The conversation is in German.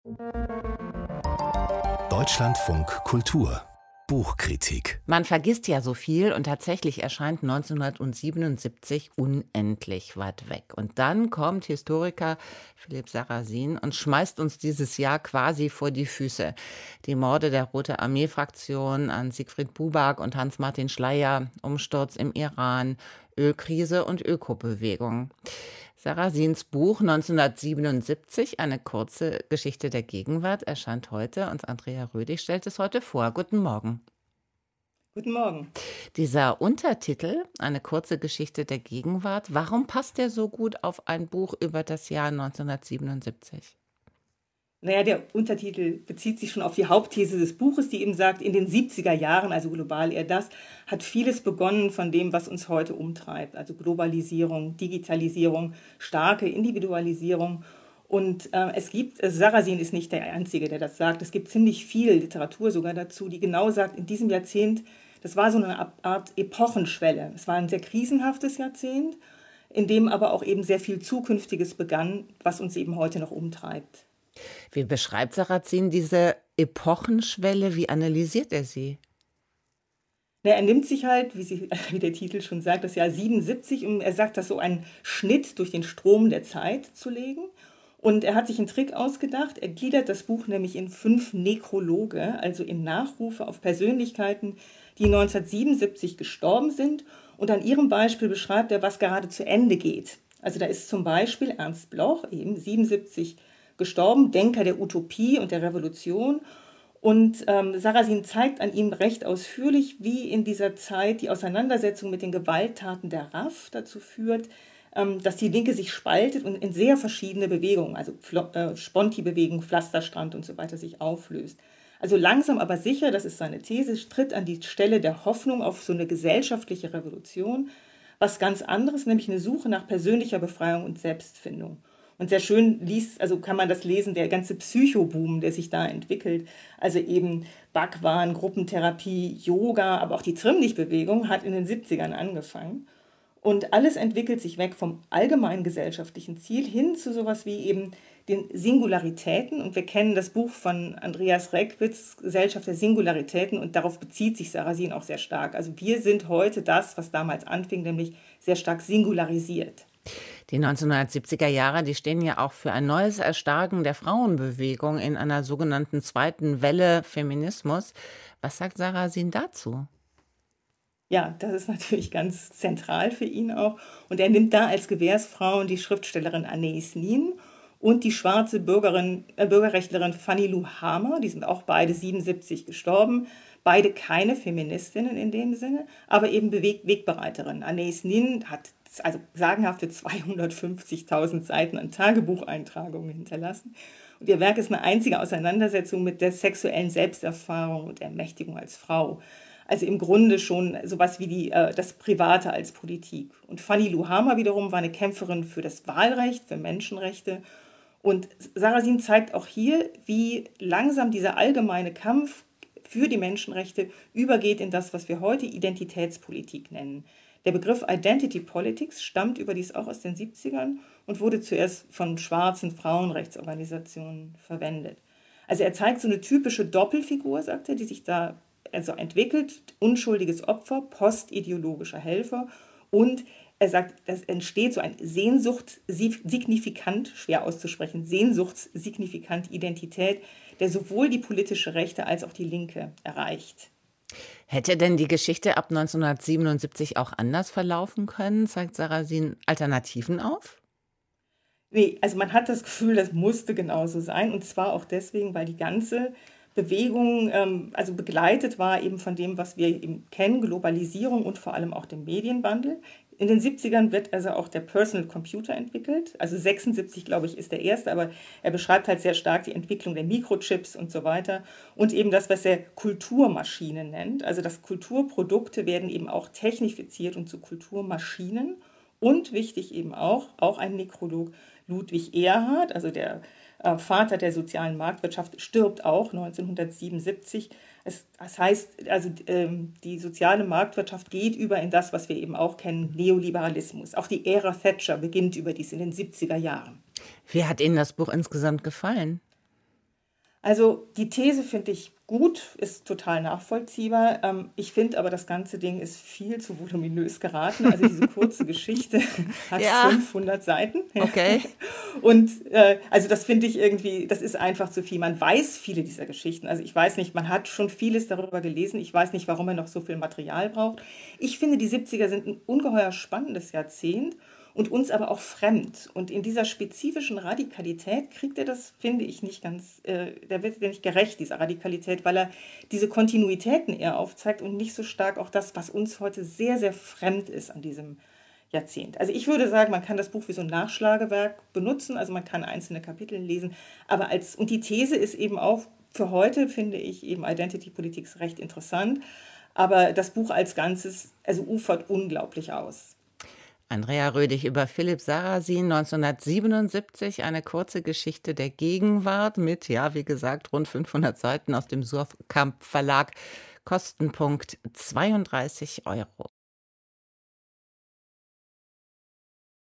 Deutschlandfunk Kultur Buchkritik. Man vergisst ja so viel und tatsächlich erscheint 1977 unendlich weit weg. Und dann kommt Historiker Philipp Sarrazin und schmeißt uns dieses Jahr quasi vor die Füße. Die Morde der Rote Armee-Fraktion an Siegfried Buback und Hans-Martin Schleyer, Umsturz im Iran, Ölkrise und Ökobewegung. Sarrazins Buch 1977, eine kurze Geschichte der Gegenwart, erscheint heute und Andrea Rödig stellt es heute vor. Guten Morgen. Guten Morgen. Dieser Untertitel, eine kurze Geschichte der Gegenwart, warum passt der so gut auf ein Buch über das Jahr 1977? Naja, der Untertitel bezieht sich schon auf die Hauptthese des Buches, die eben sagt, in den 70er Jahren, also global eher das, hat vieles begonnen von dem, was uns heute umtreibt. Also Globalisierung, Digitalisierung, starke Individualisierung. Und Sarrazin ist nicht der Einzige, der das sagt. Es gibt ziemlich viel Literatur sogar dazu, die genau sagt, in diesem Jahrzehnt, das war so eine Art Epochenschwelle. Es war ein sehr krisenhaftes Jahrzehnt, in dem aber auch eben sehr viel Zukünftiges begann, was uns eben heute noch umtreibt. Wie beschreibt Sarrazin diese Epochenschwelle? Wie analysiert er sie? Er nimmt sich halt, wie der Titel schon sagt, das Jahr 77 und er sagt, das so einen Schnitt durch den Strom der Zeit zu legen. Und er hat sich einen Trick ausgedacht. Er gliedert das Buch nämlich in 5 Nekrologe, also in Nachrufe auf Persönlichkeiten, die 1977 gestorben sind. Und an ihrem Beispiel beschreibt er, was gerade zu Ende geht. Also da ist zum Beispiel Ernst Bloch, eben 77 gestorben, Denker der Utopie und der Revolution. Und Sarrazin zeigt an ihm recht ausführlich, wie in dieser Zeit die Auseinandersetzung mit den Gewalttaten der RAF dazu führt, dass die Linke sich spaltet und in sehr verschiedene Bewegungen, also Sponti-Bewegung, Pflasterstrand und so weiter, sich auflöst. Also langsam aber sicher, das ist seine These, tritt an die Stelle der Hoffnung auf so eine gesellschaftliche Revolution, was ganz anderes, nämlich eine Suche nach persönlicher Befreiung und Selbstfindung. Und sehr schön kann man das lesen, der ganze Psychoboom, der sich da entwickelt. Also eben Bhagwan, Gruppentherapie, Yoga, aber auch die Trimm-dich-Bewegung hat in den 70ern angefangen. Und alles entwickelt sich weg vom allgemeinen gesellschaftlichen Ziel hin zu sowas wie eben den Singularitäten. Und wir kennen das Buch von Andreas Reckwitz, Gesellschaft der Singularitäten, und darauf bezieht sich Sarrazin auch sehr stark. Also wir sind heute das, was damals anfing, nämlich sehr stark singularisiert. Die 1970er Jahre, die stehen ja auch für ein neues Erstarken der Frauenbewegung in einer sogenannten zweiten Welle Feminismus. Was sagt Sarrazin dazu? Ja, das ist natürlich ganz zentral für ihn auch. Und er nimmt da als Gewährsfrauen die Schriftstellerin Anais Nin und die schwarze Bürgerrechtlerin Fanny Lou Hamer. Die sind auch beide 77 gestorben. Beide keine Feministinnen in dem Sinne, aber eben Wegbereiterinnen. Anais Nin hat also sagenhafte 250.000 Seiten an Tagebucheintragungen hinterlassen. Und ihr Werk ist eine einzige Auseinandersetzung mit der sexuellen Selbsterfahrung und Ermächtigung als Frau. Also im Grunde schon sowas wie das Private als Politik. Und Fanny Lou Hamer wiederum war eine Kämpferin für das Wahlrecht, für Menschenrechte. Und Sarrazin zeigt auch hier, wie langsam dieser allgemeine Kampf für die Menschenrechte übergeht in das, was wir heute Identitätspolitik nennen. Der Begriff Identity Politics stammt überdies auch aus den 70ern und wurde zuerst von schwarzen Frauenrechtsorganisationen verwendet. Also er zeigt so eine typische Doppelfigur, sagt er, die sich da also entwickelt, unschuldiges Opfer, postideologischer Helfer, und er sagt, das entsteht so ein Sehnsuchtssignifikant, schwer auszusprechen, Sehnsuchtssignifikant Identität, der sowohl die politische Rechte als auch die Linke erreicht. Hätte denn die Geschichte ab 1977 auch anders verlaufen können? Zeigt Sarrazin Alternativen auf? Nee, also man hat das Gefühl, das musste genauso sein, und zwar auch deswegen, weil die ganze Bewegung also begleitet war eben von dem, was wir eben kennen, Globalisierung und vor allem auch dem Medienwandel. In den 70ern wird also auch der Personal Computer entwickelt. Also 76, glaube ich, ist der erste, aber er beschreibt halt sehr stark die Entwicklung der Mikrochips und so weiter. Und eben das, was er Kulturmaschinen nennt. Also dass Kulturprodukte werden eben auch technifiziert und zu Kulturmaschinen. Und wichtig eben auch ein Nekrolog, Ludwig Erhard, also der Vater der sozialen Marktwirtschaft, stirbt auch 1977. Das heißt, also die soziale Marktwirtschaft geht über in das, was wir eben auch kennen, Neoliberalismus. Auch die Ära Thatcher beginnt überdies in den 70er Jahren. Wie hat Ihnen das Buch insgesamt gefallen? Also die These finde ich gut, ist total nachvollziehbar. Ich finde aber, das ganze Ding ist viel zu voluminös geraten. Also diese kurze Geschichte hat Ja, 500 Seiten. okay. Und also das finde ich irgendwie, das ist einfach zu viel. Man weiß viele dieser Geschichten. Also ich weiß nicht, man hat schon vieles darüber gelesen. Ich weiß nicht, warum er noch so viel Material braucht. Ich finde, die 70er sind ein ungeheuer spannendes Jahrzehnt und uns aber auch fremd. Und in dieser spezifischen Radikalität kriegt er das, finde ich, nicht ganz, der wird ja nicht gerecht, dieser Radikalität, weil er diese Kontinuitäten eher aufzeigt und nicht so stark auch das, was uns heute sehr, sehr fremd ist an diesem Jahrzehnt. Also ich würde sagen, man kann das Buch wie so ein Nachschlagewerk benutzen, also man kann einzelne Kapitel lesen, aber und die These ist eben auch für heute, finde ich, eben Identity Politics recht interessant, aber das Buch als Ganzes, also ufert unglaublich aus. Andrea Rödig über Philipp Sarrazin, 1977, eine kurze Geschichte der Gegenwart mit, ja, wie gesagt, rund 500 Seiten aus dem Surkamp Verlag. Kostenpunkt 32 Euro.